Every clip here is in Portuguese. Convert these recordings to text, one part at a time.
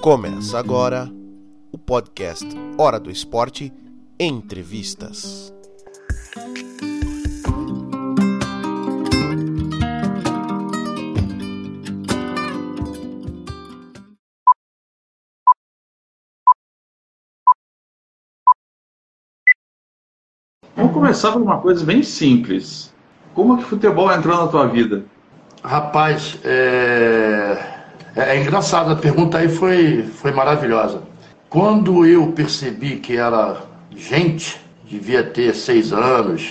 Começa agora o podcast Hora do Esporte Entrevistas. Vamos começar por uma coisa bem simples. Como que o futebol entrou na tua vida? Rapaz, é engraçado, a pergunta aí foi maravilhosa. Quando eu percebi que era gente, devia ter 6 anos,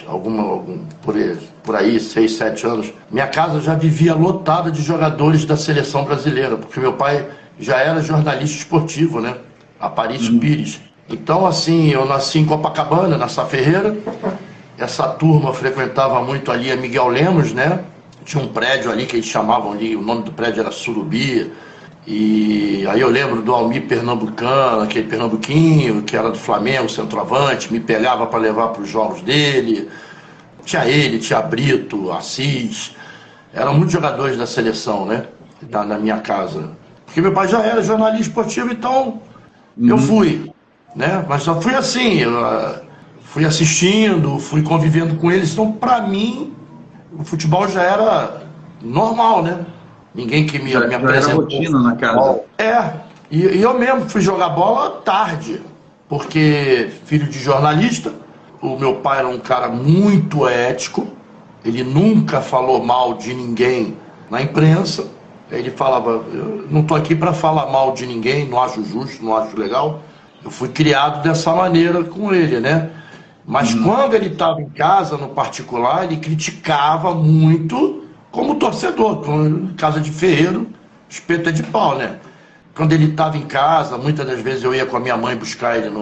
por aí, 6, 7 anos, minha casa já vivia lotada de jogadores da seleção brasileira, porque meu pai já era jornalista esportivo, né? Aparício Pires. Então, assim, eu nasci em Copacabana, na Sá Ferreira. Essa turma frequentava muito ali a Miguel Lemos, né? Tinha um prédio ali que eles chamavam ali, o nome do prédio era Surubi. E aí eu lembro do Almir Pernambucano, aquele pernambuquinho, que era do Flamengo, centroavante, me pegava para levar para os jogos dele. Tinha ele, tinha Brito, Assis. Eram muitos jogadores da seleção, né? Na minha casa. Porque meu pai já era jornalista esportivo, então eu fui, né? Mas só fui assim, fui assistindo, fui convivendo com eles. Então, para mim, o futebol já era normal, né? Ninguém que me apresentou. Já era rotina na casa. E eu mesmo fui jogar bola tarde, porque filho de jornalista, o meu pai era um cara muito ético, ele nunca falou mal de ninguém na imprensa. Ele falava, eu não estou aqui para falar mal de ninguém, não acho justo, não acho legal. Eu fui criado dessa maneira com ele, né? Mas quando ele estava em casa, no particular, ele criticava muito como torcedor, como casa de ferreiro, espeta de pau, né? Quando ele estava em casa, muitas das vezes eu ia com a minha mãe buscar ele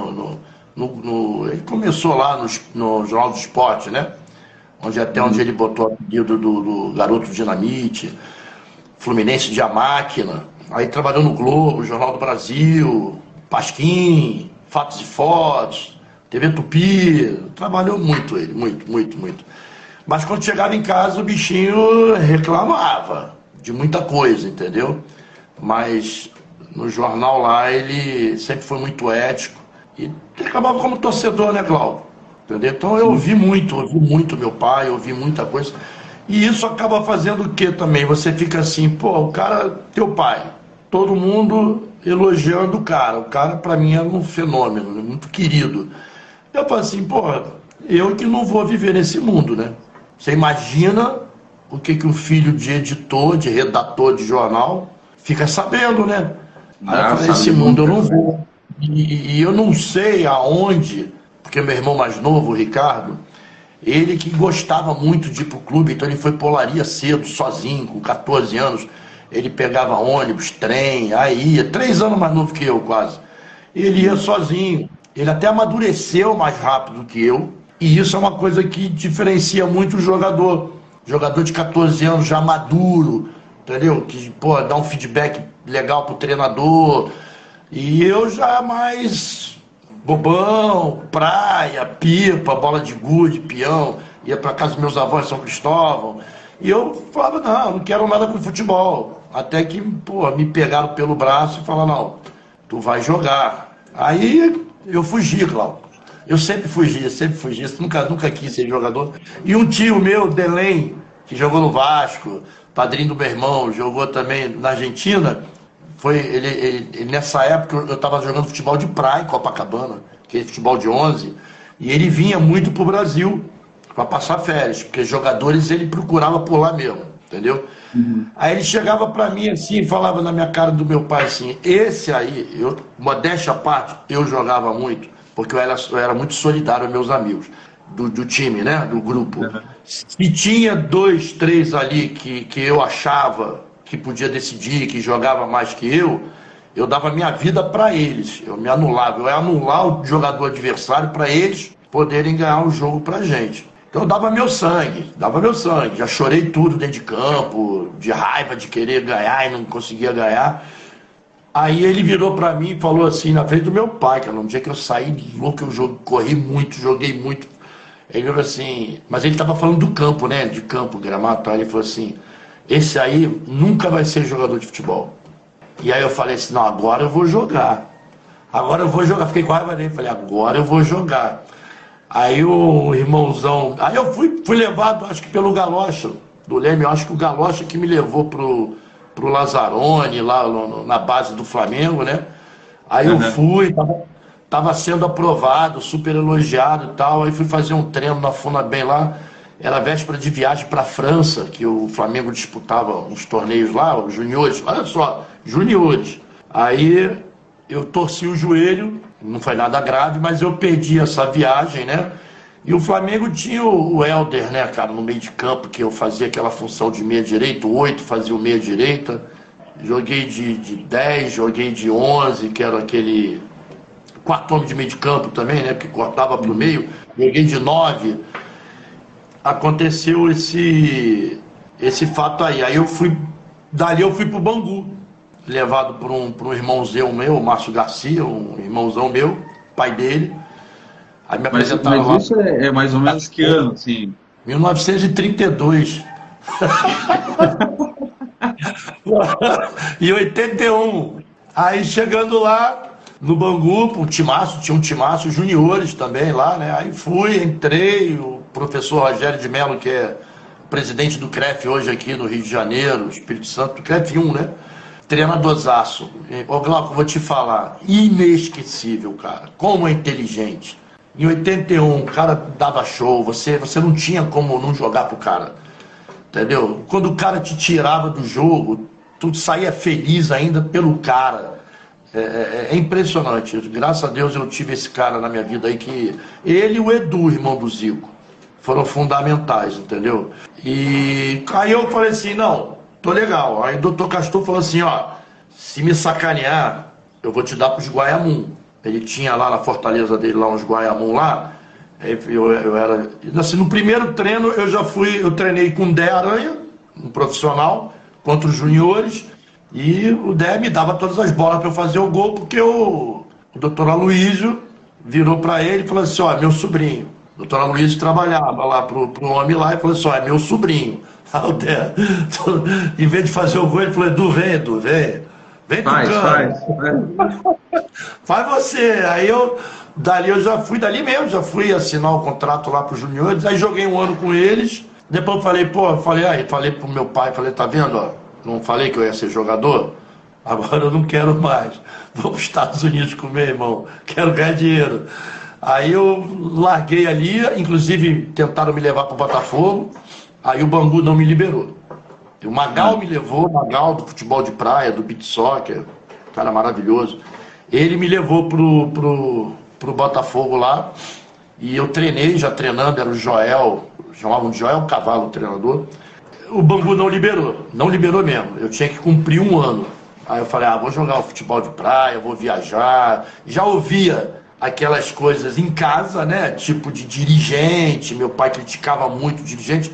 ele começou lá no Jornal do Esporte, né? Onde ele botou o apelido do Garoto Dinamite, Fluminense de A Máquina. Aí trabalhou no Globo, Jornal do Brasil, Pasquim, Fatos e Fotos, TV Tupi, trabalhou muito ele, muito. Mas quando chegava em casa, o bichinho reclamava de muita coisa, entendeu? Mas no jornal lá, ele sempre foi muito ético e reclamava como torcedor, né, Cláudio? Entendeu? Então eu ouvi muito meu pai, ouvi muita coisa. E isso acaba fazendo o quê também? Você fica assim, pô, o cara, teu pai, todo mundo elogiando o cara. O cara, pra mim, era um fenômeno, muito querido. Eu falo assim, pô, eu que não vou viver nesse mundo, né? Você imagina o que um filho de editor, de redator de jornal, fica sabendo, né? Aí eu falei, esse mundo eu não vou. E eu não sei aonde, porque meu irmão mais novo, o Ricardo, ele que gostava muito de ir pro clube, então ele foi pra Olaria cedo, sozinho, com 14 anos. Ele pegava ônibus, trem, aí ia, 3 anos mais novo que eu quase. Ele ia sozinho. Ele até amadureceu mais rápido que eu. E isso é uma coisa que diferencia muito o jogador. Jogador de 14 anos já maduro, entendeu? Que, pô, dá um feedback legal pro treinador. E eu já mais bobão, praia, pipa, bola de gude, peão. Ia pra casa dos meus avós em São Cristóvão. E eu falava, não quero nada com futebol. Até que, pô, me pegaram pelo braço e falaram, não, tu vai jogar. Aí eu fugi, Cláudio. Eu sempre fugi, nunca quis ser jogador. E um tio meu, Delém, que jogou no Vasco, padrinho do meu irmão, jogou também na Argentina, ele nessa época eu estava jogando futebol de praia em Copacabana, aquele futebol de 11, e ele vinha muito pro Brasil para passar férias, porque jogadores ele procurava por lá mesmo, entendeu? Aí ele chegava para mim assim, falava na minha cara do meu pai assim, esse aí, modéstia à parte, eu jogava muito, porque eu era muito solidário aos meus amigos, do time, né, do grupo. Se tinha 2, 3 ali que eu achava que podia decidir, que jogava mais que eu dava minha vida para eles, eu me anulava, eu ia anular o jogador adversário para eles poderem ganhar o jogo pra gente. Então eu dava meu sangue, já chorei tudo dentro de campo, de raiva de querer ganhar e não conseguia ganhar. Aí ele virou pra mim e falou assim, na frente do meu pai, cara, um dia que eu saí louco, eu corri muito, joguei muito. Ele falou assim, mas ele tava falando do campo, né, de campo, gramado, ele falou assim, esse aí nunca vai ser jogador de futebol. E aí eu falei assim, não, agora eu vou jogar. Fiquei com raiva dele, falei, agora eu vou jogar. Aí o irmãozão... Aí eu fui levado, acho que pelo Galocha, do Leme, eu acho que o Galocha que me levou pro Lazzaroni, lá na base do Flamengo, né? Aí eu fui, tava sendo aprovado, super elogiado e tal, aí fui fazer um treino na Funabem lá, era véspera de viagem para a França, que o Flamengo disputava uns torneios lá, os juniores, olha só, juniores. Aí eu torci o joelho, não foi nada grave, mas eu perdi essa viagem, né? E o Flamengo tinha o Helder, né, cara, no meio de campo, que eu fazia aquela função de meia direita, o 8 fazia o meia direita. Joguei de 10, joguei de 11, que era aquele quarto homem de meio de campo também, né, que cortava pro meio. Joguei de 9. Aconteceu esse fato aí. Dali eu fui pro Bangu, levado por um irmãozão meu, o Márcio Garcia, um irmãozão meu, pai dele. Aí me apresentaram mas isso é mais ou menos que ano, assim? 1932. E 81. Aí chegando lá no Bangu, tinha um timaço, juniores também lá, né? Aí entrei, o professor Rogério de Mello, que é presidente do CREF hoje aqui no Rio de Janeiro, Espírito Santo, CREF 1, né? Treinadorzaço. Ô Glauco, vou te falar, inesquecível, cara. Como é inteligente. Em 81, o cara dava show, você não tinha como não jogar pro cara. Entendeu? Quando o cara te tirava do jogo, tu saía feliz ainda pelo cara. É impressionante. Graças a Deus eu tive esse cara na minha vida aí, que ele e o Edu, irmão do Zico, foram fundamentais, entendeu? E aí eu falei assim, não, tô legal. Aí o doutor Castor falou assim, ó, se me sacanear, eu vou te dar pros Guaiamum. Ele tinha lá na fortaleza dele, lá uns Guaiamum lá. Eu era... Assim, no primeiro treino eu treinei com o Dé Aranha, um profissional, contra os juniores, e o Dé me dava todas as bolas para eu fazer o gol, porque o doutor Aloysio virou para ele e falou assim, ó, é meu sobrinho. O doutor Aloysio trabalhava lá pro homem lá e falou assim, ó, é meu sobrinho. Aí o Dé, em vez de fazer o gol, ele falou, Edu, vem. Vem do campo. Faz você. Aí dali eu já fui assinar o contrato lá pros juniores, aí joguei um ano com eles, depois falei pro meu pai, tá vendo, ó, não falei que eu ia ser jogador? Agora eu não quero mais, vou pros Estados Unidos com meu irmão, quero ganhar dinheiro. Aí eu larguei ali, inclusive tentaram me levar pro Botafogo, aí o Bangu não me liberou. O Magal me levou, o Magal do futebol de praia, do beach soccer, cara maravilhoso. Ele me levou pro Botafogo lá, e eu treinei, já treinando, era o Joel, chamavam de Joel Cavalo, o treinador. O Bangu não liberou mesmo, eu tinha que cumprir um ano. Aí eu falei, vou jogar o futebol de praia, vou viajar. Já ouvia aquelas coisas em casa, né, tipo de dirigente, meu pai criticava muito o dirigente.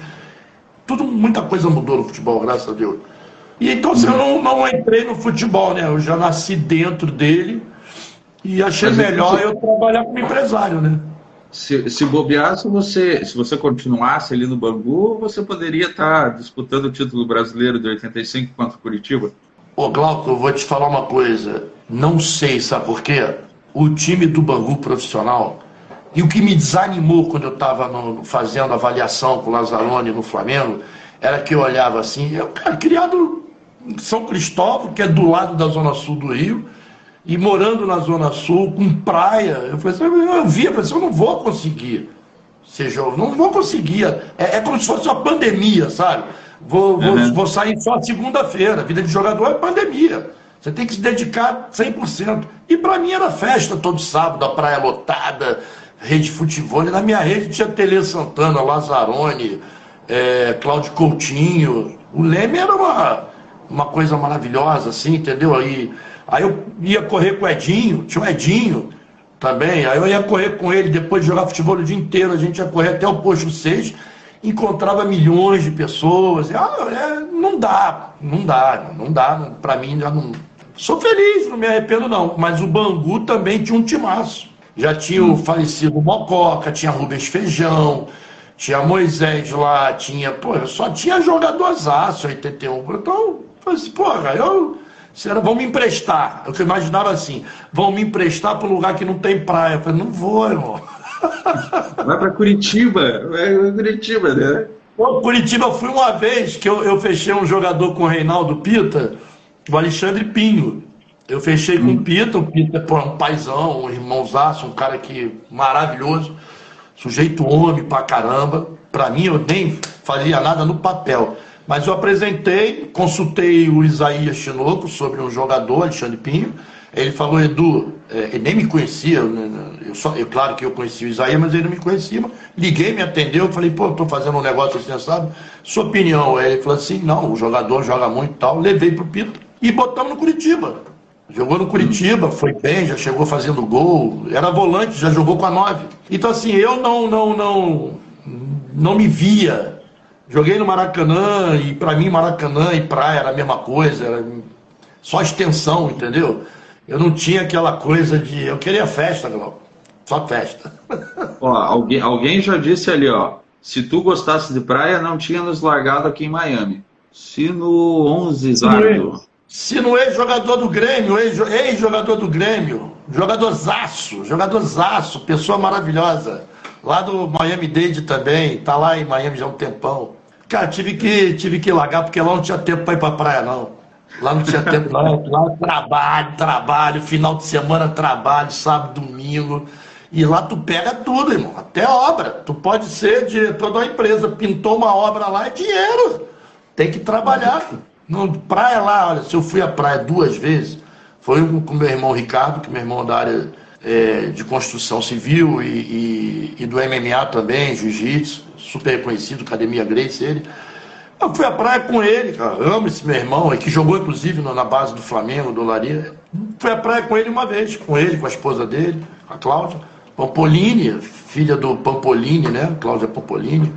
Muita coisa mudou no futebol, graças a Deus. E então assim, eu não entrei no futebol, né? Eu já nasci dentro dele e achei melhor eu trabalhar como empresário, né? Se bobeasse, se você continuasse ali no Bangu, você poderia estar disputando o título brasileiro de 85 contra o Curitiba? Ô Glauco, eu vou te falar uma coisa. Não sei, sabe por quê? O time do Bangu profissional... E o que me desanimou quando eu estava fazendo avaliação com o Lazzaroni no Flamengo, era que eu olhava assim, criado em São Cristóvão, que é do lado da Zona Sul do Rio, e morando na Zona Sul, com praia, eu falei assim, eu não vou conseguir ser jovem, não vou conseguir. É como se fosse uma pandemia, sabe? Vou sair só segunda-feira, vida de jogador é pandemia. Você tem que se dedicar 100%. E para mim era festa todo sábado, a praia lotada, rede de futebol. E na minha rede tinha Tele Santana, Lazzaroni, Cláudio Coutinho. O Leme era uma coisa maravilhosa, assim, entendeu? Aí eu ia correr com o Edinho, tinha o Edinho também. Aí eu ia correr com ele, depois de jogar futebol o dia inteiro, a gente ia correr até o posto 6, encontrava milhões de pessoas. Não dá. Pra mim já não... Sou feliz, não me arrependo não. Mas o Bangu também tinha um timaço. Já tinha o falecido Mococa, tinha Rubens Feijão, tinha Moisés lá, só tinha jogadorzaço, 81. Então, eu falei assim, Vão me emprestar. Eu imaginava assim, vão me emprestar para um lugar que não tem praia. Eu falei, não vou, irmão. Vai para Curitiba, né? Pô, Curitiba, eu fui uma vez que eu fechei um jogador com o Reinaldo Pita, o Alexandre Pinho. Eu fechei com o Pita é um paizão, um irmãozaço, um cara que maravilhoso, sujeito homem pra caramba. Pra mim, eu nem fazia nada no papel. Mas eu apresentei, consultei o Isaías Chinoco sobre um jogador, Alexandre Pinho. Ele falou, Edu, ele nem me conhecia, claro que eu conhecia o Isaías, mas ele não me conhecia. Liguei, me atendeu, falei, pô, eu tô fazendo um negócio assim, sabe? Sua opinião? Aí ele falou assim, não, o jogador joga muito e tal. Levei pro Pita e botamos no Curitiba. Jogou no Curitiba, foi bem, já chegou fazendo gol, era volante, já jogou com a 9. Então assim, eu não me via. Joguei no Maracanã, e pra mim Maracanã e praia era a mesma coisa, era só extensão, entendeu? Eu não tinha aquela coisa de... Eu queria festa, Glauco. Só festa. Ó, alguém já disse ali, ó, se tu gostasse de praia, não tinha nos largado aqui em Miami. Sino 11, Zardo. Sino ex-jogador do Grêmio, ex-jogador do Grêmio, jogadorzaço, pessoa maravilhosa. Lá do Miami-Dade também, tá lá em Miami já há um tempão. Cara, tive que largar, porque lá não tinha tempo pra ir pra praia, não. Lá não tinha tempo, não. Lá trabalho, final de semana trabalho, sábado, domingo. E lá tu pega tudo, irmão, até obra. Tu pode ser diretor de uma empresa, pintou uma obra lá, é dinheiro. Tem que trabalhar. Não, praia lá, olha, se eu fui à praia 2 vezes, foi com meu irmão Ricardo, que meu irmão é da área de construção civil e do MMA também, jiu-jitsu, super reconhecido, Academia Grace, ele. Eu fui à praia com ele, cara, amo esse meu irmão, que jogou inclusive na base do Flamengo, do Olaria. Fui à praia com ele uma vez, com ele, com a esposa dele, a Cláudia Pampolini, filha do Pampolini, né, Cláudia Pampolini.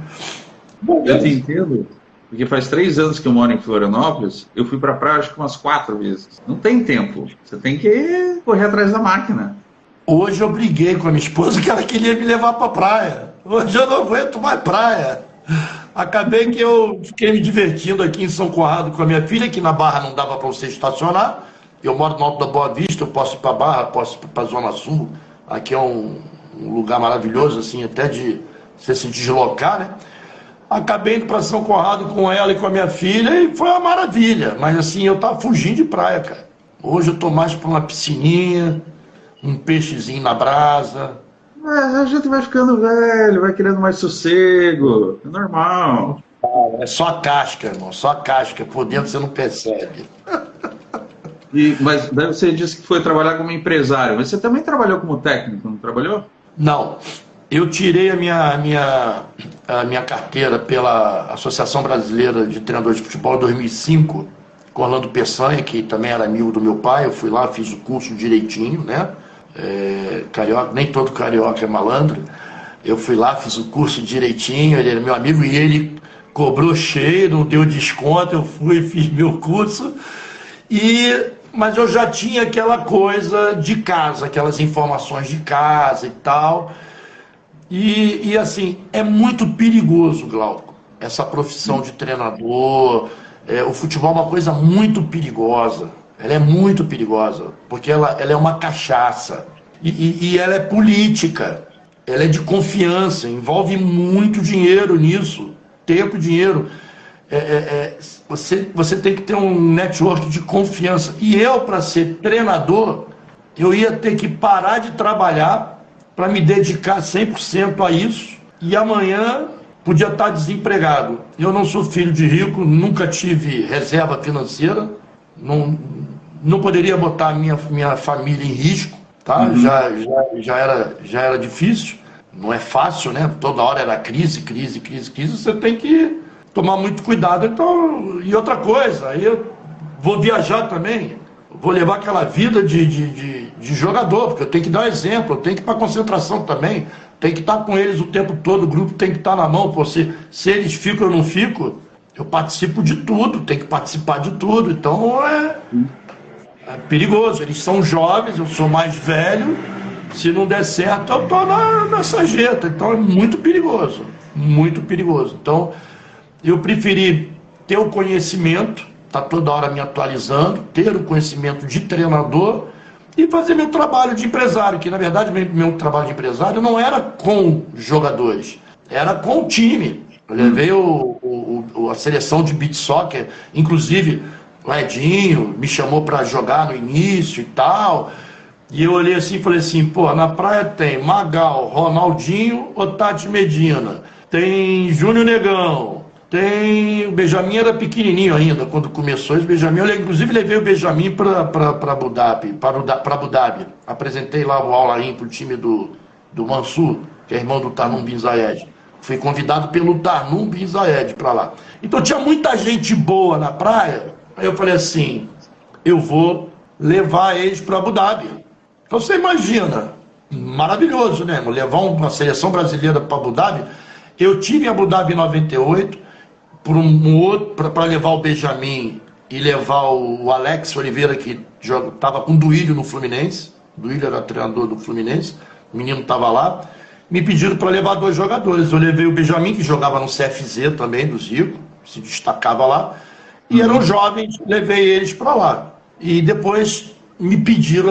Eu te entendo, porque faz 3 anos que eu moro em Florianópolis, eu fui pra praia acho que umas 4 vezes. Não tem tempo, você tem que correr atrás da máquina. Hoje eu briguei com a minha esposa que ela queria me levar pra praia. Hoje eu não aguento mais praia. Acabei que eu fiquei me divertindo aqui em São Conrado com a minha filha, que na Barra não dava para você estacionar. Eu moro no Alto da Boa Vista, eu posso ir para Barra, posso ir para a Zona Sul. Aqui é um lugar maravilhoso, assim, até de você se deslocar, né? Acabei indo para São Conrado com ela e com a minha filha e foi uma maravilha. Mas assim, eu tava fugindo de praia, cara. Hoje eu tô mais para uma piscininha, um peixezinho na brasa. A gente vai ficando velho, vai querendo mais sossego, é normal. É só a casca, irmão, só a casca. Por dentro você não percebe. Mas daí você disse que foi trabalhar como empresário, mas você também trabalhou como técnico, não trabalhou? Não. Eu tirei a minha carteira pela Associação Brasileira de Treinadores de Futebol em 2005, com Orlando Peçanha, que também era amigo do meu pai. Eu fui lá, fiz o curso direitinho, né? Carioca, nem todo carioca é malandro. Eu fui lá, fiz o curso direitinho, ele era meu amigo e ele cobrou cheio, não deu desconto, eu fui e fiz meu curso. Mas eu já tinha aquela coisa de casa, aquelas informações de casa e tal. E assim, é muito perigoso, Glauco, essa profissão de treinador. O futebol é uma coisa muito perigosa. Ela é muito perigosa, porque ela é uma cachaça. E ela é política, ela é de confiança, envolve muito dinheiro nisso, tempo e dinheiro. Você tem que ter um network de confiança. E eu, para ser treinador, eu ia ter que parar de trabalhar para me dedicar 100% a isso. E amanhã podia estar desempregado. Eu não sou filho de rico, nunca tive reserva financeira. Não poderia botar a minha família em risco, tá? Uhum. Já era difícil, não é fácil, né? Toda hora era crise, você tem que tomar muito cuidado. Então, e outra coisa, aí eu vou viajar também, vou levar aquela vida de jogador, porque eu tenho que dar exemplo, eu tenho que ir para concentração também, tenho que estar com eles o tempo todo, o grupo tem que estar na mão, se eles ficam ou não ficam, eu participo de tudo, tenho que participar de tudo, então é perigoso. Eles são jovens, eu sou mais velho, se não der certo eu tô na sarjeta, então é muito perigoso. Então eu preferi ter o conhecimento, estar toda hora me atualizando, ter o conhecimento de treinador e fazer meu trabalho de empresário, que na verdade meu trabalho de empresário não era com jogadores, era com o time. Eu levei a seleção de beach soccer, inclusive o Edinho me chamou para jogar no início e tal, e eu olhei assim e falei assim, pô, na praia tem Magal, Ronaldinho, Otati Medina, tem Júnior Negão, tem o Benjamin, era pequenininho ainda quando começou esse Benjamin. Eu inclusive levei o Benjamin para Abu Dhabi. Apresentei lá o Al-Ain para o time do Mansur, que é irmão do Tarnum Bin Zayed. Fui convidado pelo Tarnum Bin Zayed para lá. Então tinha muita gente boa na praia. Aí eu falei assim, eu vou levar eles para Abu Dhabi. Então você imagina, maravilhoso, né? Levar uma seleção brasileira para Abu Dhabi. Eu tive em Abu Dhabi em 98, para levar o Benjamin e levar o Alex Oliveira, que estava com o Duílio no Fluminense. O Duílio era treinador do Fluminense, o menino estava lá. Me pediram para levar 2 jogadores. Eu levei o Benjamin, que jogava no CFZ também, do Zico, se destacava lá. E eram jovens, levei eles para lá. E depois me pediram,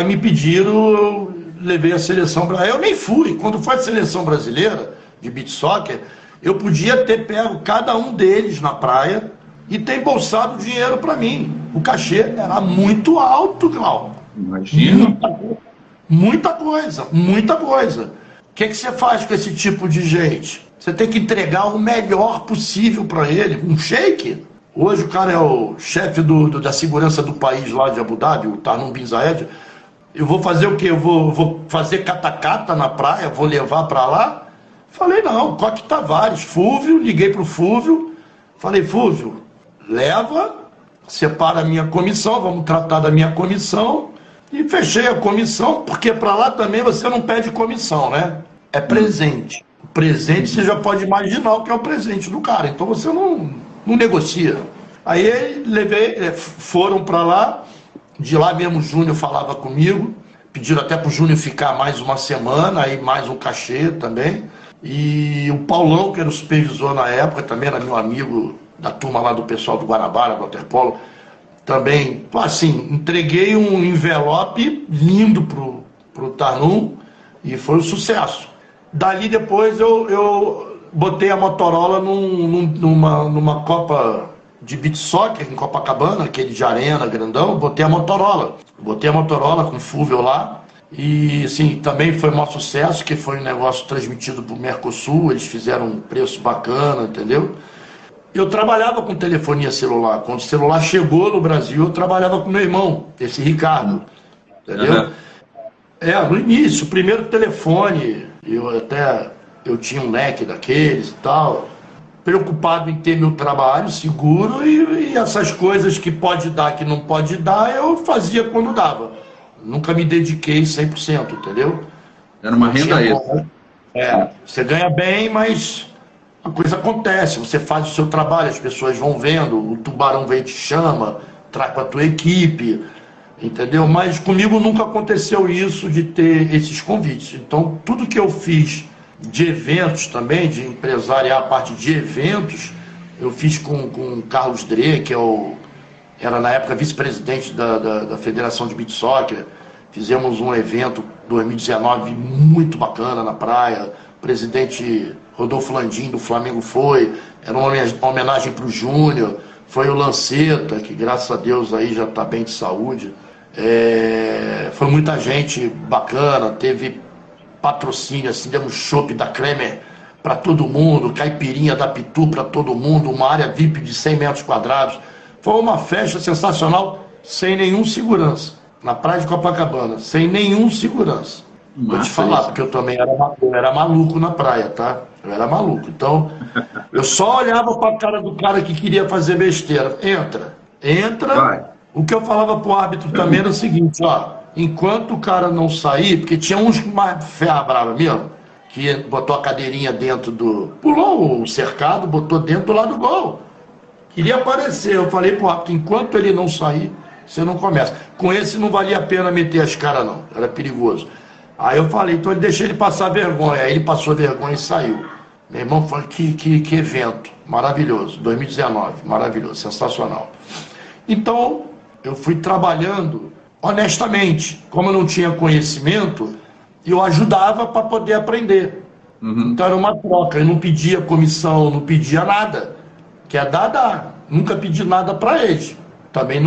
eu levei a seleção brasileira. Eu nem fui. Quando foi a seleção brasileira de beach soccer, eu podia ter pego cada um deles na praia e ter embolsado dinheiro para mim. O cachê era muito alto, Glauco. Imagina. Muita coisa. O que você faz com esse tipo de gente? Você tem que entregar o melhor possível para ele. Um sheik. Hoje o cara é o chefe da segurança do país lá de Abu Dhabi, o Tarnum Bin Zayed. Eu vou fazer o quê? Eu vou fazer catacata na praia, vou levar para lá? Falei, não, Coque Tavares, Fúvio, liguei pro Fúvio, falei, Fúvio, leva, separa a minha comissão, vamos tratar da minha comissão, e fechei a comissão, porque para lá também você não pede comissão, né? É presente. O presente você já pode imaginar o que é o presente do cara, então você não negocia. Aí foram para lá, de lá mesmo o Júnior falava comigo, pediram até pro Júnior ficar mais uma semana, aí mais um cachê também. E o Paulão, que era o supervisor na época, também era meu amigo da turma lá do pessoal do Guanabara, do Waterpolo, também, assim, entreguei um envelope lindo pro Tarnum e foi um sucesso. Dali depois eu botei a Motorola numa Copa de beach soccer em Copacabana, aquele de arena grandão, botei a Motorola com o Fúvio lá. E, assim, também foi um maior sucesso, que foi um negócio transmitido para o Mercosul, eles fizeram um preço bacana, entendeu? Eu trabalhava com telefonia celular. Quando o celular chegou no Brasil, eu trabalhava com meu irmão, esse Ricardo, entendeu? No início, o primeiro telefone, eu tinha um leque daqueles e tal, preocupado em ter meu trabalho seguro e essas coisas que pode dar, que não pode dar, eu fazia quando dava. Nunca me dediquei 100%, entendeu? Era uma renda extra. Você ganha bem, mas a coisa acontece. Você faz o seu trabalho, as pessoas vão vendo, o tubarão vem e te chama, traz para a tua equipe, entendeu? Mas comigo nunca aconteceu isso de ter esses convites. Então, tudo que eu fiz de eventos também, de empresariar a parte de eventos, eu fiz com o Carlos Dre, que era na época vice-presidente da Federação de Beach Soccer. Fizemos um evento 2019 muito bacana na praia. O presidente Rodolfo Landim do Flamengo era uma homenagem para o Júnior. Foi o Lanceta, que graças a Deus aí já está bem de saúde. Foi muita gente bacana, teve patrocínio, assim, demos chopp da Kremer para todo mundo, caipirinha da Pitu para todo mundo, uma área VIP de 100 metros quadrados. Foi uma festa sensacional, sem nenhum segurança. Na praia de Copacabana, sem nenhum segurança. Vou te falar, porque eu também era maluco na praia, tá? Eu era maluco. Então, eu só olhava para a cara do cara que queria fazer besteira. Entra. Vai. O que eu falava pro árbitro também era o seguinte, ó. Enquanto o cara não sair, porque tinha uns mais ferra brava mesmo, que botou a cadeirinha dentro pulou o cercado, botou dentro do lado do gol. Queria aparecer. Eu falei pro árbitro, enquanto ele não sair, você não começa. Com esse não valia a pena meter as caras, não. Era perigoso. Aí eu falei, então deixei ele passar vergonha. Aí ele passou vergonha e saiu. Meu irmão falou, que evento. Maravilhoso. 2019. Maravilhoso. Sensacional. Então, eu fui trabalhando honestamente. Como eu não tinha conhecimento, eu ajudava para poder aprender. Então era uma troca, eu não pedia comissão, não pedia nada. Quer dar, dá. Nunca pedi nada para eles. Também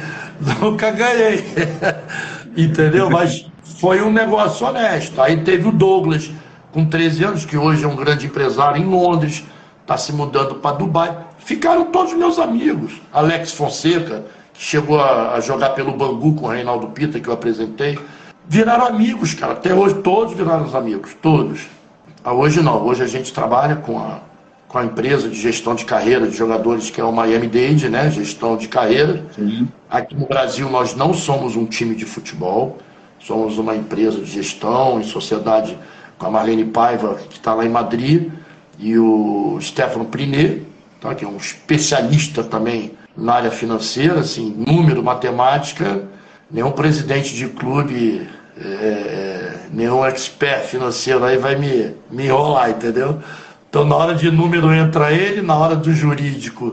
nunca ganhei. Entendeu? Mas foi um negócio honesto. Aí teve o Douglas, com 13 anos, que hoje é um grande empresário em Londres, está se mudando para Dubai. Ficaram todos meus amigos. Alex Fonseca, que chegou a jogar pelo Bangu com o Reinaldo Pita, que eu apresentei. Viraram amigos, cara. Até hoje todos viraram os amigos, todos. Hoje não, hoje a gente trabalha com a empresa de gestão de carreira de jogadores, que é o Miami-Dade, né? Gestão de carreira. Sim. Aqui no Brasil nós não somos um time de futebol, somos uma empresa de gestão em sociedade com a Marlene Paiva, que está lá em Madrid, e o Stefano Prinet, tá? Que é um especialista também na área financeira, assim, número, matemática. Nenhum presidente de clube, nenhum expert financeiro aí vai me enrolar, entendeu? Então, na hora de número entra ele, na hora do jurídico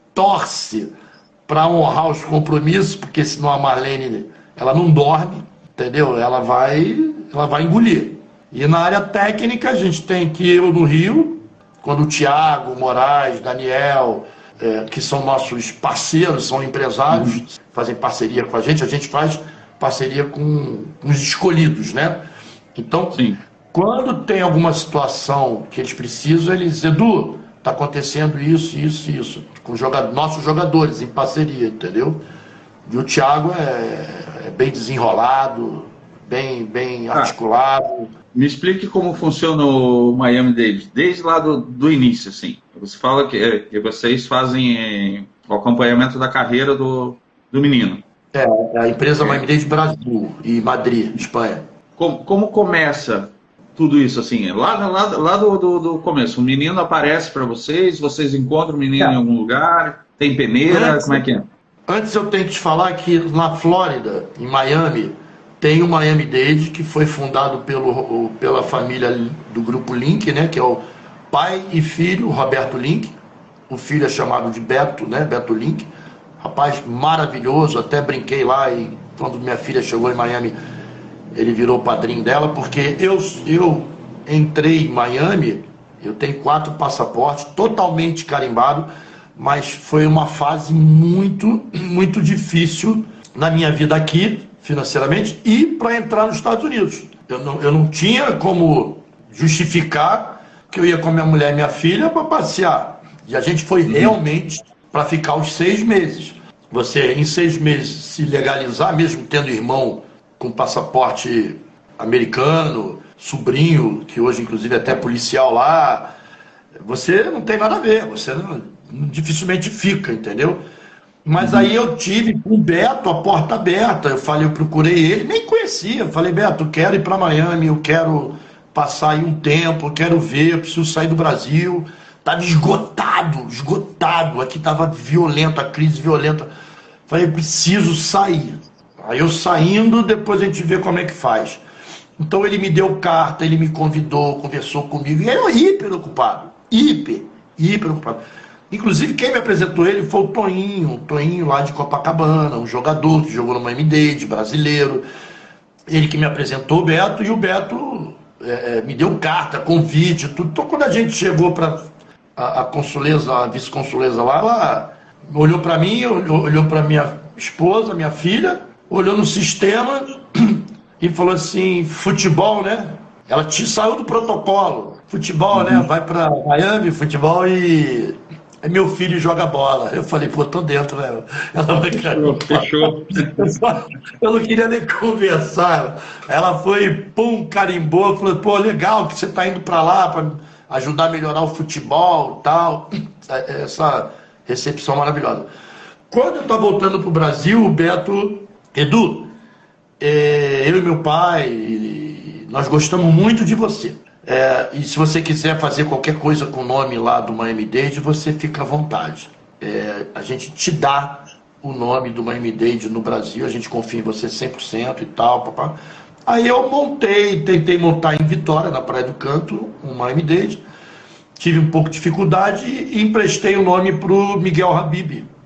torce para honrar os compromissos, porque senão a Marlene, ela não dorme, entendeu? Ela vai engolir. E na área técnica, a gente tem que eu no Rio, quando o Thiago, Moraes, Daniel, que são nossos parceiros, são empresários, fazem parceria com a gente faz parceria com os escolhidos, né? Então, sim, quando tem alguma situação que eles precisam, eles, Edu, está acontecendo isso, com nossos jogadores em parceria, entendeu? E o Thiago é bem desenrolado, bem articulado. Me explique como funciona o Miami-Dade, desde lá do início, assim. Você fala que vocês fazem o acompanhamento da carreira do menino. A empresa Miami-Dade Brasil e Madrid, Espanha. Como começa tudo isso, assim? Lá do começo, o menino aparece para vocês encontram o menino em algum lugar, tem peneira, como é que é? Antes eu tenho que te falar que na Flórida, em Miami, tem o Miami-Dade, que foi fundado pela família do Grupo Link, né? Que é o pai e filho, Roberto Link. O filho é chamado de Beto, né? Beto Link. Rapaz maravilhoso, até brinquei lá e quando minha filha chegou em Miami, ele virou padrinho dela, porque eu entrei em Miami, eu tenho 4 passaportes, totalmente carimbado, mas foi uma fase muito, muito difícil na minha vida aqui, financeiramente, e para entrar nos Estados Unidos. Eu não tinha como justificar que eu ia com minha mulher e minha filha para passear. E a gente foi realmente para ficar os 6 meses. Você, em 6 meses, se legalizar, mesmo tendo irmão com passaporte americano, sobrinho, que hoje, inclusive, é até policial lá, você não tem nada a ver, você dificilmente fica, entendeu? Mas aí eu tive com o Beto a porta aberta, eu procurei ele, nem conhecia, falei, Beto, eu quero ir para Miami, eu quero passar aí um tempo, eu quero ver, eu preciso sair do Brasil. Estava esgotado, aqui estava violento, a crise violenta. Falei, eu preciso sair. Aí eu saindo, depois a gente vê como é que faz. Então ele me deu carta, ele me convidou, conversou comigo, e ele hiper ocupado, hiper ocupado. Inclusive quem me apresentou ele foi o Toinho lá de Copacabana, um jogador que jogou no Miami-Dade, brasileiro. Ele que me apresentou o Beto, e o Beto me deu carta, convite, tudo. Então quando a gente chegou para a consuleza, a vice-consuleza lá, ela olhou para mim, olhou para minha esposa, minha filha, olhou no sistema e falou assim, futebol, né? Ela saiu do protocolo, futebol, né? Vai para Miami, futebol e meu filho joga bola. Eu falei, pô, tô dentro, né? Ela vai fechou. Eu não queria nem conversar. Ela foi, carimbou, falou, pô, legal que você tá indo para lá para ajudar a melhorar o futebol e tal. Essa recepção maravilhosa. Quando eu estou voltando para o Brasil, o Beto, Edu, eu e meu pai, nós gostamos muito de você. E se você quiser fazer qualquer coisa com o nome lá do Miami-Dade, você fica à vontade. A gente te dá o nome do Miami-Dade no Brasil, a gente confia em você 100% e tal, papá. Aí eu tentei montar em Vitória, na Praia do Canto, um Miami-Dade. Tive um pouco de dificuldade e emprestei o nome para o Miguel Habib,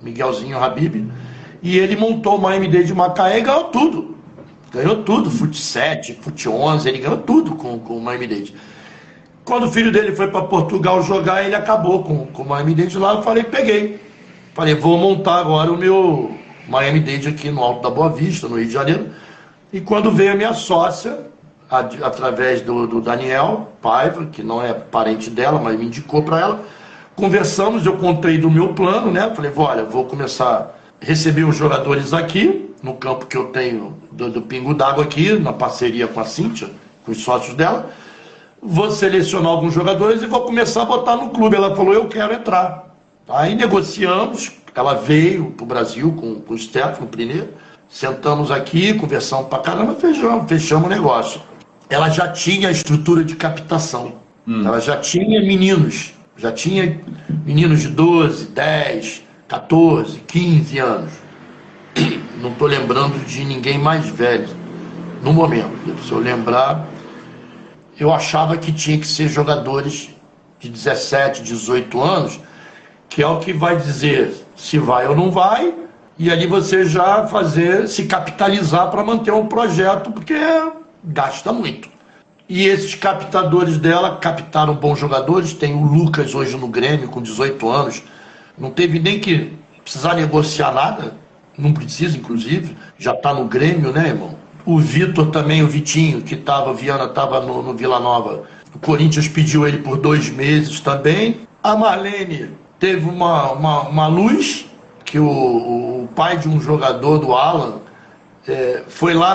Miguelzinho Habib, e ele montou o Miami Dade de Macaé e ganhou tudo. Ganhou tudo, Fut 7, Fut 11, ele ganhou tudo com o Miami Dade. Quando o filho dele foi para Portugal jogar, ele acabou com o Miami Dade lá, eu falei, Falei, vou montar agora o meu Miami Dade aqui no Alto da Boa Vista, no Rio de Janeiro. E quando veio a minha sócia, através do Daniel Paiva, que não é parente dela, mas me indicou para ela, conversamos, eu contei do meu plano, né? Falei, olha, vou começar a receber os jogadores aqui, no campo que eu tenho do Pingo d'Água aqui, na parceria com a Cíntia, com os sócios dela. Vou selecionar alguns jogadores e vou começar a botar no clube. Ela falou, eu quero entrar. Aí negociamos, ela veio para o Brasil com o Stefano primeiro, sentamos aqui, conversamos pra caramba, fechamos o negócio. Ela já tinha a estrutura de captação, ela já tinha meninos de 12, 10, 14, 15 anos. Não estou lembrando de ninguém mais velho no momento. Se eu lembrar, eu achava que tinha que ser jogadores de 17, 18 anos, que é o que vai dizer se vai ou não vai, e ali você já se capitalizar para manter um projeto, porque gasta muito. E esses captadores dela captaram bons jogadores, tem o Lucas hoje no Grêmio, com 18 anos, não teve nem que precisar negociar nada, não precisa inclusive, já está no Grêmio, né, irmão? O Vitor também, o Vitinho, que o Viana estava no Vila Nova, o Corinthians pediu ele por 2 meses também. A Marlene teve uma luz, que o pai de um jogador, do Alan, foi lá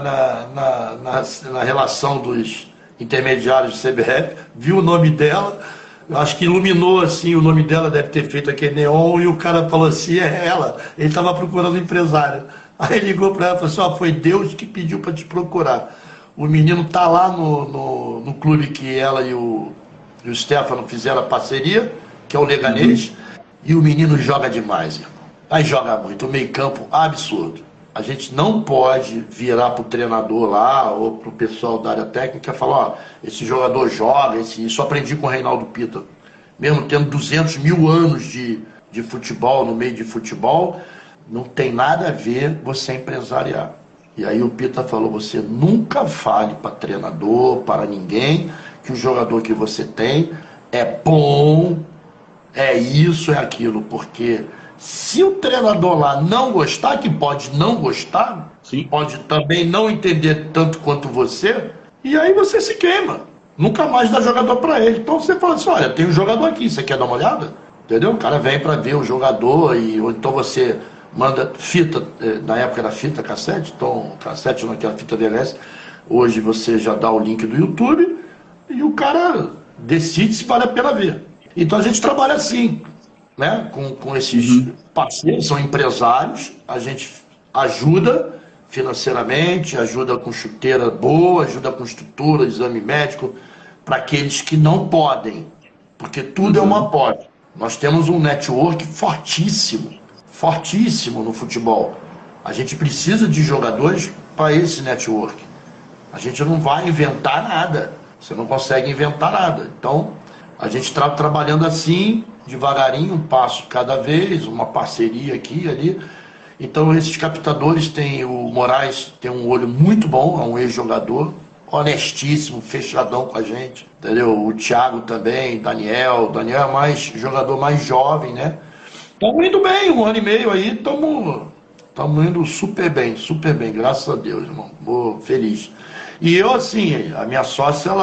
na relação dos intermediários do CBF, viu o nome dela, acho que iluminou assim, o nome dela deve ter feito aquele neon, e o cara falou assim, é ela, ele estava procurando empresário. Aí ligou para ela e falou assim, foi Deus que pediu para te procurar. O menino tá lá no clube que ela e o Stefano fizeram a parceria, que é o Leganês, e o menino joga demais, irmão. Aí joga muito, o meio-campo absurdo. A gente não pode virar pro treinador lá, ou pro pessoal da área técnica e falar, esse jogador joga, isso aprendi com o Reinaldo Pita. Mesmo tendo 200 mil anos de futebol, no meio de futebol, não tem nada a ver você empresariar. E aí o Pita falou, você nunca fale para treinador, para ninguém, que o jogador que você tem é bom, é isso, é aquilo, porque se o treinador lá não gostar, que pode não gostar, sim, pode também não entender tanto quanto você, e aí você se queima. Nunca mais dá jogador para ele. Então você fala assim, olha, tem um jogador aqui, você quer dar uma olhada? Entendeu? O cara vem para ver o jogador, ou então você manda fita, na época era fita cassete, então cassete não, aquela fita VHS, hoje você já dá o link do YouTube, e o cara decide se vale a pena ver. Então a gente trabalha assim, né? Com esses parceiros, são empresários, a gente ajuda financeiramente, ajuda com chuteira boa, ajuda com estrutura, exame médico, para aqueles que não podem, porque tudo é uma aposta. Nós temos um network fortíssimo no futebol. A gente precisa de jogadores para esse network. A gente não vai inventar nada, você não consegue inventar nada. Então, a gente está trabalhando assim, devagarinho, um passo cada vez, uma parceria aqui e ali. Então, esses captadores tem o Moraes, tem um olho muito bom, é um ex-jogador, honestíssimo, fechadão com a gente, entendeu? O Thiago também, Daniel é mais jogador mais jovem, né? Estamos indo bem, 1 ano e meio aí, estamos indo super bem, graças a Deus, irmão, vou feliz. E eu, assim, a minha sócia,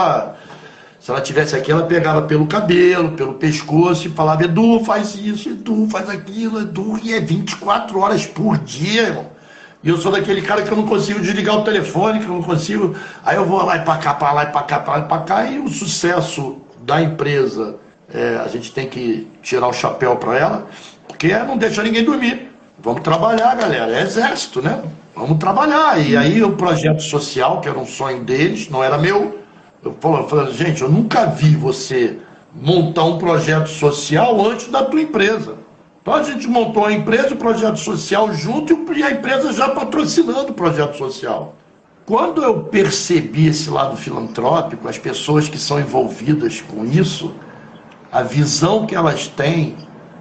se ela tivesse aqui, ela pegava pelo cabelo, pelo pescoço e falava, Edu, faz isso, Edu, faz aquilo, Edu, e é 24 horas por dia, irmão. E eu sou daquele cara que eu não consigo desligar o telefone, que eu não consigo... Aí eu vou lá e pra cá, pra lá e pra cá, pra lá e pra cá, e o sucesso da empresa, a gente tem que tirar o chapéu pra ela, porque não deixa ninguém dormir. Vamos trabalhar, galera, é exército, né? Vamos trabalhar. E aí o projeto social, que era um sonho deles, não era meu, eu falei, gente, eu nunca vi você montar um projeto social antes da tua empresa. Então a gente montou a empresa e o projeto social junto e a empresa já patrocinando o projeto social. Quando eu percebi esse lado filantrópico, as pessoas que são envolvidas com isso, a visão que elas têm,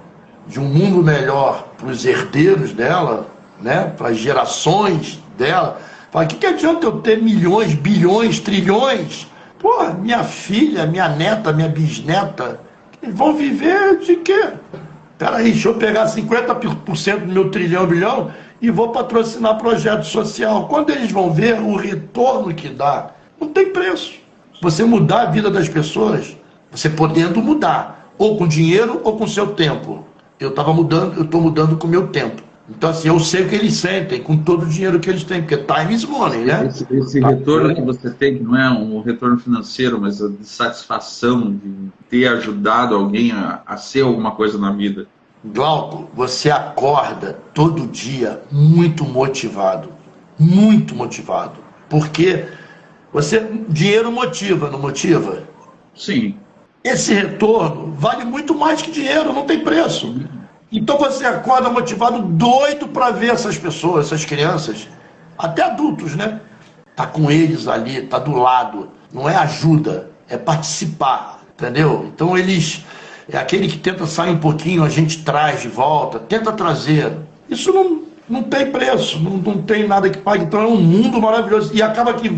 de um mundo melhor para os herdeiros dela, né? Para as gerações dela. Fala, o que adianta eu ter milhões, bilhões, trilhões? Pô, minha filha, minha neta, minha bisneta, eles vão viver de quê? Peraí, deixa eu pegar 50% do meu trilhão, bilhão e vou patrocinar projeto social. Quando eles vão ver o retorno que dá, não tem preço. Você mudar a vida das pessoas, você podendo mudar, ou com dinheiro ou com seu tempo. Eu estou mudando com o meu tempo. Então, assim, eu sei o que eles sentem com todo o dinheiro que eles têm, porque time is money, né? Esse retorno que você tem, não é um retorno financeiro, mas de satisfação de ter ajudado alguém a ser alguma coisa na vida. Glauco, você acorda todo dia muito motivado. Muito motivado. Porque dinheiro motiva, não motiva? Sim. Esse retorno vale muito mais que dinheiro, não tem preço. Então você acorda motivado, doido para ver essas pessoas, essas crianças, até adultos, né? Tá com eles ali, tá do lado. Não é ajuda, é participar, entendeu? Então é aquele que tenta sair um pouquinho, a gente traz de volta, tenta trazer. Isso não tem preço, não tem nada que pague. Então é um mundo maravilhoso. E acaba que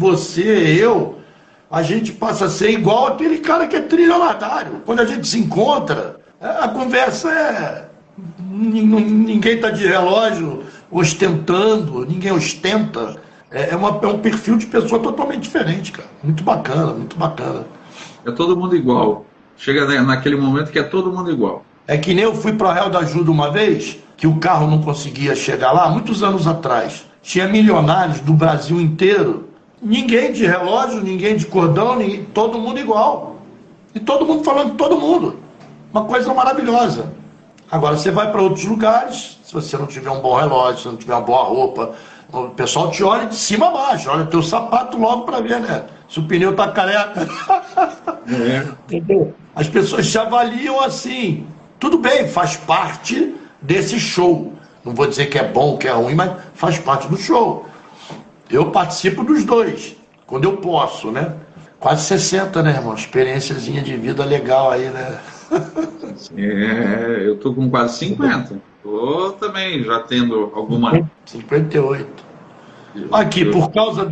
a gente passa a ser igual aquele cara que é trilionário. Quando a gente se encontra, a conversa ninguém está de relógio ostentando, ninguém ostenta. É um perfil de pessoa totalmente diferente, cara. Muito bacana, muito bacana. É todo mundo igual. Chega naquele momento que é todo mundo igual. É que nem eu fui para a Real da Ajuda uma vez, que o carro não conseguia chegar lá, muitos anos atrás. Tinha milionários do Brasil inteiro. Ninguém de relógio, ninguém de cordão, todo mundo igual. E todo mundo falando de todo mundo. Uma coisa maravilhosa. Agora, você vai para outros lugares, se você não tiver um bom relógio, se não tiver uma boa roupa, o pessoal te olha de cima a baixo, olha teu sapato logo para ver, né? Se o pneu tá careca. Entendeu? As pessoas te avaliam assim. Tudo bem, faz parte desse show. Não vou dizer que é bom, que é ruim, mas faz parte do show. Eu participo dos dois, quando eu posso, né? Quase 60, né, irmão? Experiênciazinha de vida legal aí, né? Eu tô com quase 50. Tô também já tendo alguma... 58. Aqui, por causa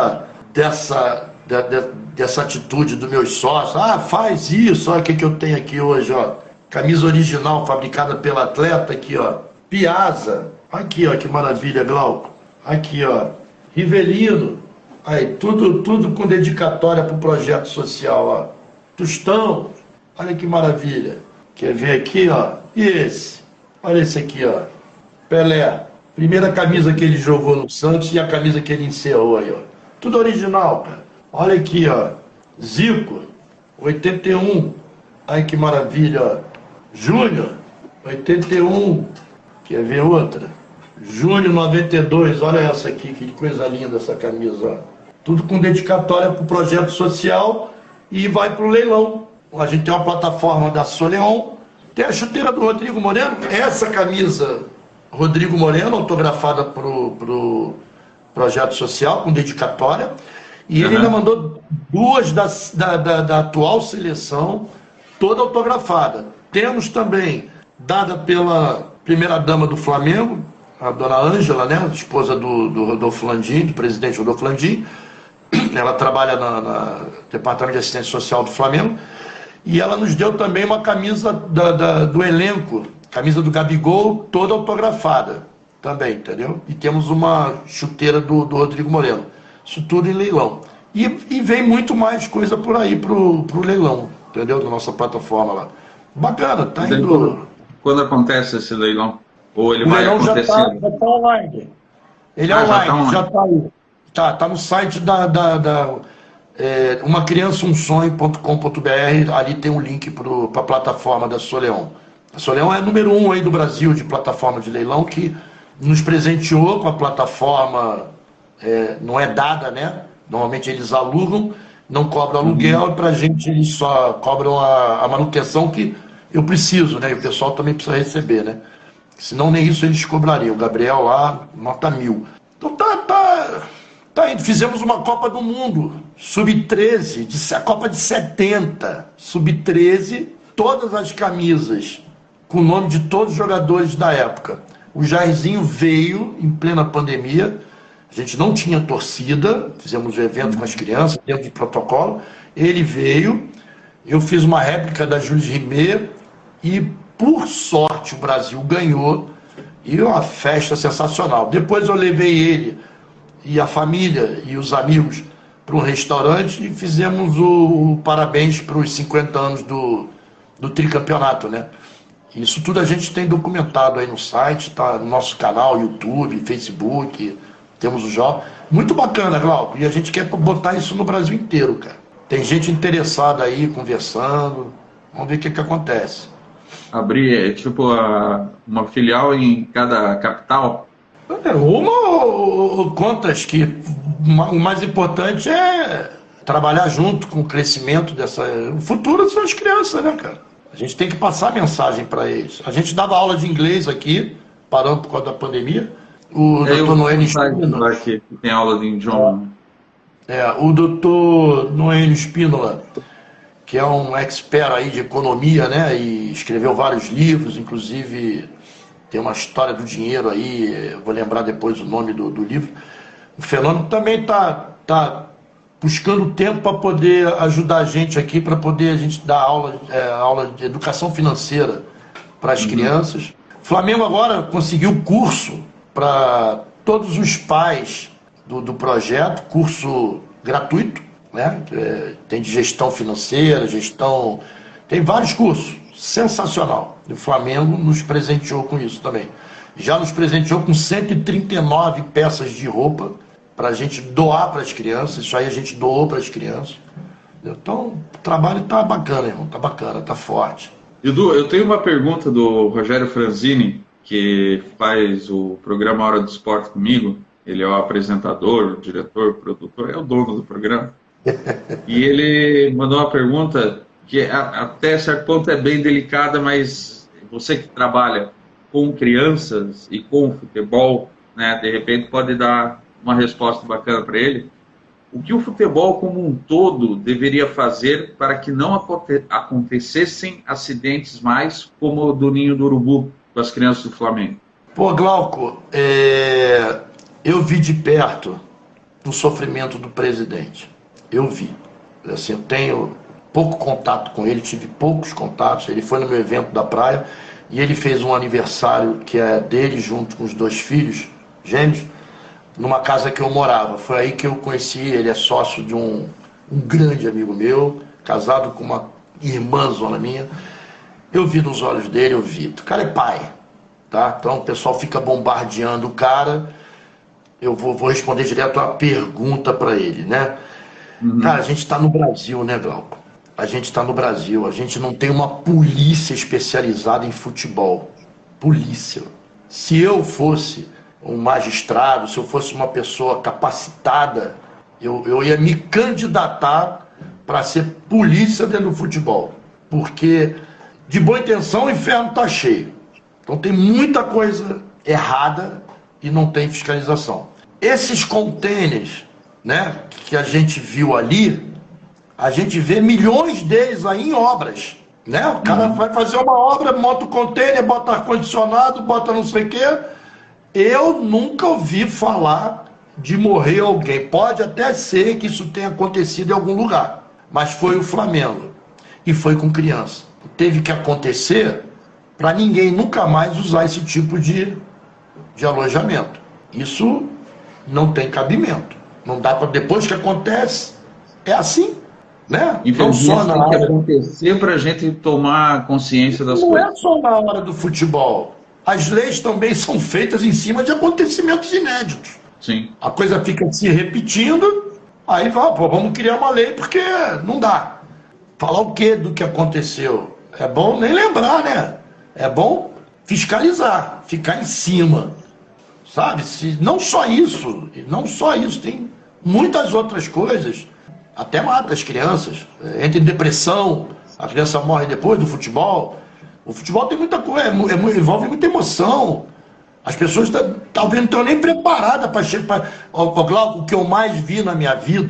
dessa atitude dos meus sócios, faz isso, olha o que eu tenho aqui hoje, ó. Camisa original fabricada pela atleta, aqui, ó. Piazza, aqui, ó, que maravilha, Glauco. Aqui, ó. Rivelino, aí, tudo com dedicatória para o projeto social, ó. Tostão, olha que maravilha. Quer ver aqui, ó? E esse? Olha esse aqui, ó. Pelé. Primeira camisa que ele jogou no Santos e a camisa que ele encerrou aí, ó. Tudo original, cara. Olha aqui, ó. Zico, 81. Ai, que maravilha, ó. Júnior, 81. Quer ver outra? Júnior, 92. Olha essa aqui, que coisa linda essa camisa, ó. Tudo com dedicatória para o projeto social e vai para o leilão. A gente tem uma plataforma da Soleon, tem a chuteira do Rodrigo Moreno, essa camisa Rodrigo Moreno, autografada pro projeto social, com dedicatória, e ele ainda mandou duas da atual seleção, toda autografada. Temos também, dada pela primeira-dama do Flamengo, a dona Ângela, né, esposa do Rodolfo Landim, do presidente Rodolfo Landim. Ela trabalha no Departamento de Assistência Social do Flamengo. E ela nos deu também uma camisa do elenco, camisa do Gabigol, toda autografada também, entendeu? E temos uma chuteira do Rodrigo Moreno. Isso tudo em leilão. E vem muito mais coisa por aí pro leilão, entendeu? Da nossa plataforma lá. Bacana, tá indo... Quando acontece esse leilão? Ou ele vai acontecendo? Já tá online. Ele é online, já tá aí. Tá no site umacriançaumsonho.com.br, ali tem um link para a plataforma da Soleon. A Soleon é a número 1 aí do Brasil de plataforma de leilão, que nos presenteou com a plataforma, não é dada, né? Normalmente eles alugam, não cobram aluguel, e para a gente eles só cobram a manutenção que eu preciso, né? E o pessoal também precisa receber, né? Senão nem isso eles cobrariam. O Gabriel lá, nota 1000. Então tá indo. Fizemos uma Copa do Mundo, Sub-13, a Copa de 70, Sub-13, todas as camisas com o nome de todos os jogadores da época. O Jairzinho veio em plena pandemia, a gente não tinha torcida, fizemos um evento com as crianças, dentro de protocolo, ele veio, eu fiz uma réplica da Jules Rimet e, por sorte, o Brasil ganhou, e uma festa sensacional. Depois eu levei ele e a família e os amigos para um restaurante e fizemos o parabéns para os 50 anos do tricampeonato, né? Isso tudo a gente tem documentado aí no site, tá no nosso canal, YouTube, Facebook, temos o jogos. Muito bacana, Glauco, e a gente quer botar isso no Brasil inteiro, cara. Tem gente interessada aí, conversando, vamos ver o que acontece. Abrir, tipo, uma filial em cada capital? Ou contas que o mais importante é trabalhar junto com o crescimento dessa... O futuro são as crianças, né, cara? A gente tem que passar a mensagem para eles. A gente dava aula de inglês aqui, parando por causa da pandemia. O doutor Noênio Spínola... que tem aula de idioma. O doutor Noênio Spínola, que é um expert aí de economia, né? E escreveu vários livros, inclusive tem uma história do dinheiro aí, vou lembrar depois o nome do livro. O Fenômeno também tá buscando tempo para poder ajudar a gente aqui, para poder a gente dar aula de educação financeira para as crianças. O Flamengo agora conseguiu curso para todos os pais do projeto, curso gratuito, né? Tem de gestão financeira, tem vários cursos, sensacional. E o Flamengo nos presenteou com isso também. Já nos presenteou com 139 peças de roupa para a gente doar para as crianças. Isso aí a gente doou para as crianças. Então, o trabalho tá bacana, irmão, tá bacana, tá forte. Edu, eu tenho uma pergunta do Rogério Franzini, que faz o programa Hora do Esporte comigo. Ele é o apresentador, o diretor, o produtor, é o dono do programa. E ele mandou uma pergunta que até certo ponto é bem delicada, mas você que trabalha com crianças e com futebol, né, de repente pode dar uma resposta bacana para ele. O que o futebol como um todo deveria fazer para que não acontecessem acidentes mais como o do Ninho do Urubu com as crianças do Flamengo? Pô, Glauco, eu vi de perto o sofrimento do presidente. Eu vi. Assim, eu tenho pouco contato com ele, tive poucos contatos. Ele foi no meu evento da praia e ele fez um aniversário que é dele junto com os 2 filhos gêmeos, numa casa que eu morava. Foi aí que eu conheci, ele é sócio de um grande amigo meu, casado com uma irmãzona minha. Eu vi nos olhos dele, o cara é pai, tá? Então o pessoal fica bombardeando o cara. Eu vou responder direto a pergunta para ele, né? Cara, a gente está no Brasil, né, Glauco? A gente está no Brasil, a gente não tem uma polícia especializada em futebol. Polícia. Se eu fosse um magistrado, se eu fosse uma pessoa capacitada, eu ia me candidatar para ser polícia dentro do futebol. Porque de boa intenção o inferno está cheio. Então tem muita coisa errada e não tem fiscalização. Esses contêineres, né, que a gente viu ali, a gente vê milhões deles aí em obras. Né? O cara vai fazer uma obra, monta o container, bota ar-condicionado, bota não sei o quê. Eu nunca ouvi falar de morrer alguém. Pode até ser que isso tenha acontecido em algum lugar, mas foi o Flamengo e foi com criança. Teve que acontecer para ninguém nunca mais usar esse tipo de alojamento. Isso não tem cabimento. Não dá para, depois que acontece, é assim, né? Não só na hora... tem que acontecer para a gente tomar consciência das coisas. Não é só na hora do futebol. As leis também são feitas em cima de acontecimentos inéditos. Sim. A coisa fica se repetindo, aí vamos criar uma lei porque não dá. Falar o quê do que aconteceu? É bom nem lembrar, né? É bom fiscalizar, ficar em cima. Sabe? Não só isso, tem muitas outras coisas. Até mata as crianças, entra em depressão, a criança morre depois do futebol. O futebol tem muita coisa, envolve muita emoção. As pessoas talvez não estão nem preparadas para chegar. Glauco, o que eu mais vi na minha vida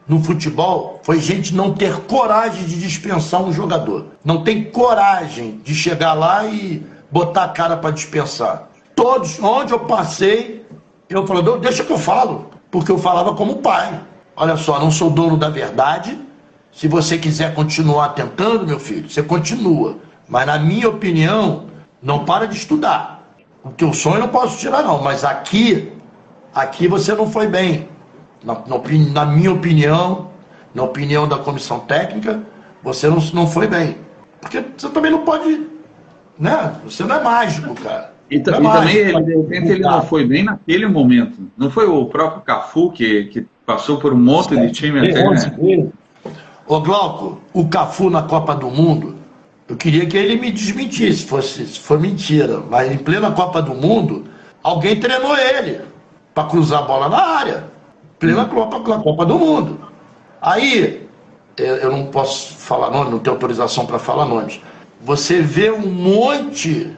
no futebol foi gente não ter coragem de dispensar um jogador. Não tem coragem de chegar lá e botar a cara para dispensar. Todos, onde eu passei, eu falei, deixa que eu falo, porque eu falava como pai. Olha só, não sou dono da verdade. Se você quiser continuar tentando, meu filho, você continua. Mas na minha opinião, não para de estudar. O teu sonho eu não posso tirar não, mas aqui você não foi bem. Na minha opinião, na opinião da comissão técnica, você não foi bem. Porque você também não pode, né? Você não é mágico, cara. E também, de repente, ele não foi bem naquele momento. Não foi o próprio Cafu que passou por um monte de time até, né? Ô Glauco, o Cafu na Copa do Mundo, eu queria que ele me desmentisse, se for mentira. Mas em plena Copa do Mundo, alguém treinou ele para cruzar a bola na área. Plena Copa do Mundo. Aí, eu não posso falar nome, não tenho autorização para falar nomes. Você vê um monte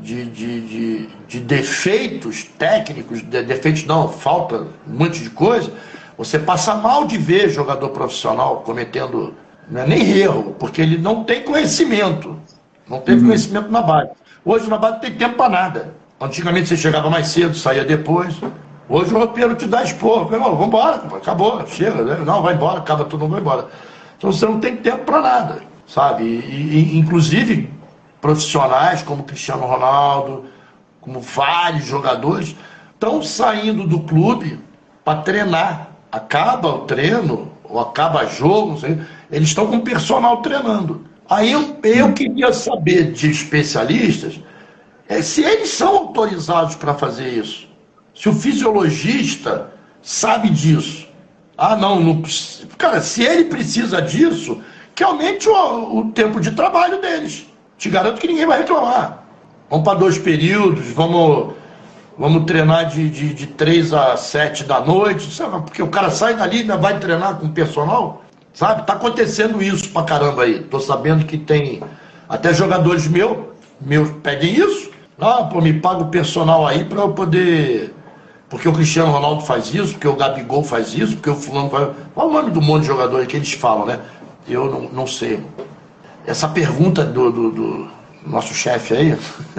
de defeitos técnicos, defeitos não, falta um monte de coisa. Você passa mal de ver jogador profissional cometendo, não é nem erro, porque ele não tem conhecimento. Não teve conhecimento na base. Hoje na base não tem tempo para nada. Antigamente você chegava mais cedo, saía depois. Hoje o roteiro te dá esporro. Vamos embora, acabou, chega. Né? Não, vai embora, acaba tudo, vai embora. Então você não tem tempo para nada, sabe? Inclusive, profissionais como Cristiano Ronaldo, como vários jogadores, estão saindo do clube para treinar. Acaba o treino, ou acaba jogo, não sei, eles estão com o personal treinando. Aí eu queria saber de especialistas se eles são autorizados para fazer isso. Se o fisiologista sabe disso. Ah, não. Cara, se ele precisa disso, que aumente o tempo de trabalho deles. Te garanto que ninguém vai reclamar. Vamos para 2 períodos, vamos treinar de 3 a 7 da noite, sabe? Porque o cara sai dali e ainda vai treinar com o personal, sabe? Tá acontecendo isso pra caramba aí. Tô sabendo que tem até jogadores meus pedem isso. Ah, pô, me paga o personal aí pra eu poder... Porque o Cristiano Ronaldo faz isso, porque o Gabigol faz isso, porque o fulano faz... Qual é o nome do monte de jogadores que eles falam, né? Eu não sei. Essa pergunta do nosso chefe aí...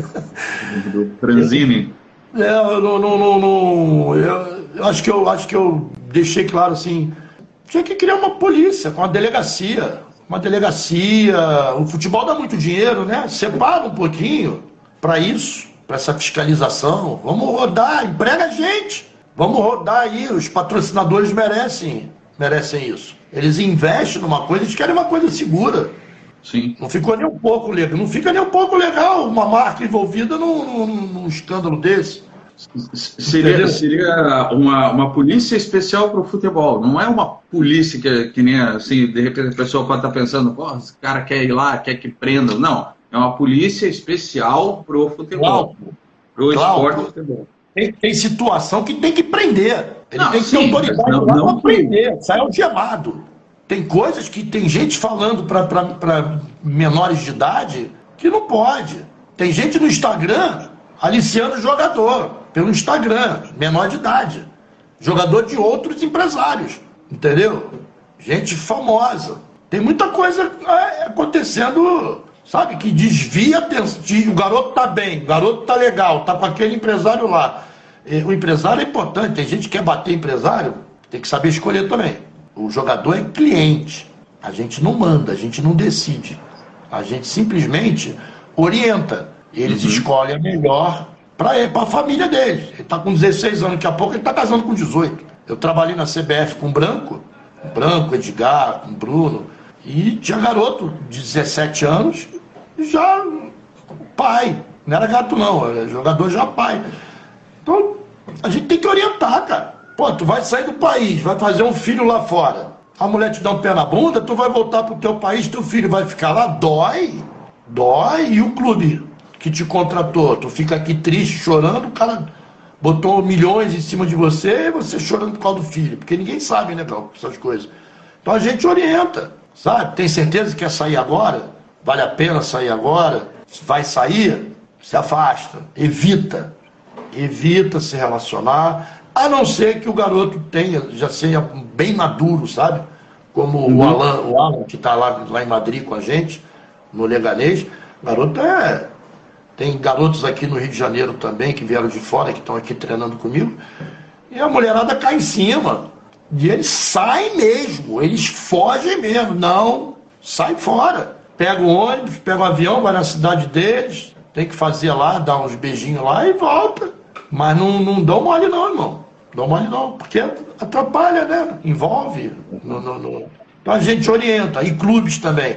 Do Franzini. Eu acho que eu deixei claro assim, tinha que criar uma polícia, uma delegacia. O futebol dá muito dinheiro, né? Separa um pouquinho para isso, para essa fiscalização. Vamos rodar, emprega a gente. Vamos rodar aí, os patrocinadores merecem isso. Eles investem numa coisa, eles querem uma coisa segura. Sim. Não fica nem um pouco legal uma marca envolvida num escândalo desse. Seria uma polícia especial para o futebol. Não é uma polícia que nem assim, de repente a pessoa pode estar pensando, pô, esse cara quer ir lá, quer que prenda. Não, é uma polícia especial para o futebol. Para o esporte do futebol. Tem situação que tem que prender. Ele tem que ter autoridade para prender, sai algemado. Tem coisas que tem gente falando para menores de idade que não pode. Tem gente no Instagram aliciando o jogador, pelo Instagram, menor de idade. Jogador de outros empresários, entendeu? Gente famosa. Tem muita coisa acontecendo, sabe, que desvia a atenção. O garoto tá bem, o garoto tá legal, tá com aquele empresário lá. O empresário é importante, tem gente que quer bater empresário, tem que saber escolher também. O jogador é cliente. A gente não manda, a gente não decide. A gente simplesmente orienta. Eles escolhem a melhor para a família deles. Ele está com 16 anos, daqui a pouco ele está casando com 18. Eu trabalhei na CBF com o Branco, Edgar, com o Bruno, e tinha garoto de 17 anos, já pai. Não era gato não, era jogador já pai. Então, a gente tem que orientar, cara. Pô, tu vai sair do país, vai fazer um filho lá fora. A mulher te dá um pé na bunda, tu vai voltar pro teu país, teu filho vai ficar lá, dói. E o clube que te contratou, tu fica aqui triste, chorando, o cara botou milhões em cima de você e você chorando por causa do filho. Porque ninguém sabe, né, essas coisas. Então a gente orienta, sabe? Tem certeza que quer sair agora? Vale a pena sair agora? Vai sair? Se afasta, evita se relacionar. A não ser que o garoto já seja bem maduro, sabe? como o Alan, que está lá em Madrid com a gente, no Leganês. Garoto tem garotos aqui no Rio de Janeiro também, que vieram de fora, que estão aqui treinando comigo. E a mulherada cai em cima. E eles saem mesmo, eles fogem mesmo. Não, sai fora. Pega o ônibus, pega o avião, vai na cidade deles, tem que fazer lá, dar uns beijinhos lá e volta. Mas não dão mole não, irmão. Não mole não, porque atrapalha, né? Envolve. Então a gente orienta. E clubes também.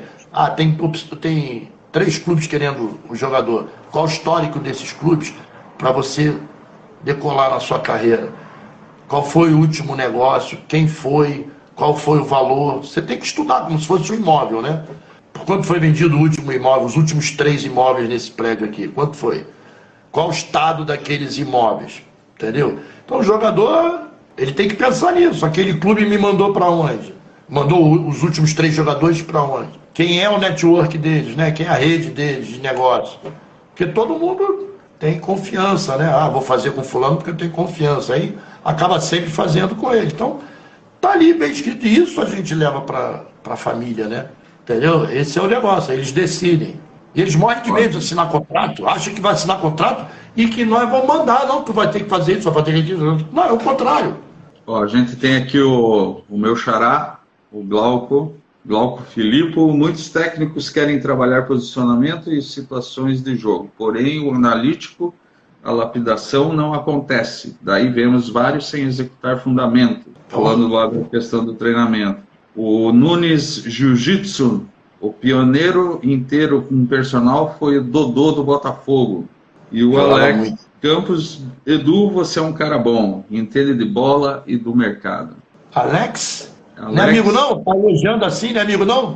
Tem 3 clubes querendo o jogador. Qual o histórico desses clubes para você decolar na sua carreira? Qual foi o último negócio? Quem foi? Qual foi o valor? Você tem que estudar como se fosse um imóvel, né? Por quanto foi vendido o último imóvel, os últimos 3 imóveis nesse prédio aqui? Quanto foi? Qual o estado daqueles imóveis? Entendeu? Então o jogador, ele tem que pensar nisso. Aquele clube me mandou para onde? Mandou os últimos 3 jogadores para onde? Quem é o network deles, né? Quem é a rede deles de negócio? Porque todo mundo tem confiança, né? Vou fazer com fulano porque eu tenho confiança. Aí acaba sempre fazendo com ele. Então, tá ali bem escrito. E isso a gente leva para a família, né? Entendeu? Esse é o negócio. Eles decidem. E eles morrem de medo de assinar contrato. Acham que vai assinar contrato e que nós vamos mandar. Não, tu vai ter que fazer isso, vai ter que... Não, é o contrário. A gente tem aqui o meu xará, o Glauco Filippo. Muitos técnicos querem trabalhar posicionamento e situações de jogo. Porém, o analítico, a lapidação não acontece. Daí vemos vários sem executar fundamento. Falando lá da questão do treinamento. O Nunes Jiu-Jitsu, o pioneiro inteiro com personal foi o Dodô do Botafogo. E o Alex Campos, Edu, você é um cara bom, entende de bola e do mercado. Alex? Não é amigo não? Tá elogiando assim, não é amigo não?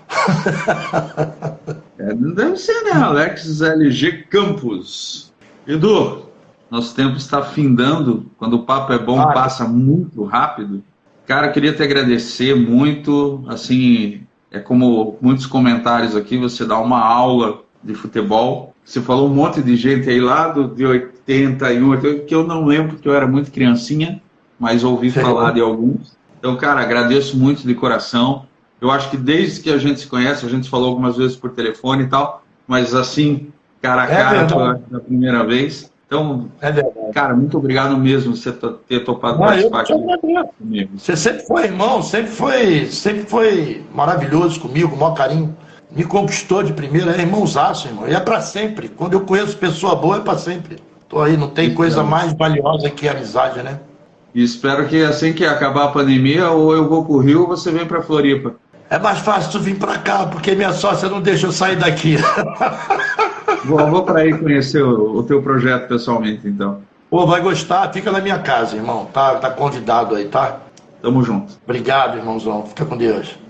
Deve ser, né? Alex LG Campos. Edu, nosso tempo está findando. Quando o papo é bom, passa muito rápido. Cara, queria te agradecer muito. Assim, é como muitos comentários aqui, você dá uma aula de futebol. Você falou um monte de gente aí lá de 81, que eu não lembro, porque eu era muito criancinha, mas ouvi falar de alguns. Então, cara, agradeço muito de coração. Eu acho que desde que a gente se conhece, a gente falou algumas vezes por telefone e tal, mas assim, cara a cara, pela primeira vez. Então, cara, muito obrigado mesmo por você ter topado participar aqui comigo. Você sempre foi irmão, sempre foi maravilhoso comigo, maior carinho. Me conquistou de primeira, é irmãozaço, irmão. E é pra sempre. Quando eu conheço pessoa boa, é pra sempre. Tô aí, não tem coisa mais valiosa que a amizade, né? E espero que assim que acabar a pandemia, ou eu vou pro Rio ou você vem pra Floripa. É mais fácil tu vir pra cá, porque minha sócia não deixa eu sair daqui. Vou pra aí conhecer o teu projeto pessoalmente, então. Pô, vai gostar, fica na minha casa, irmão. Tá convidado aí, tá? Tamo junto. Obrigado, irmãozão. Fica com Deus.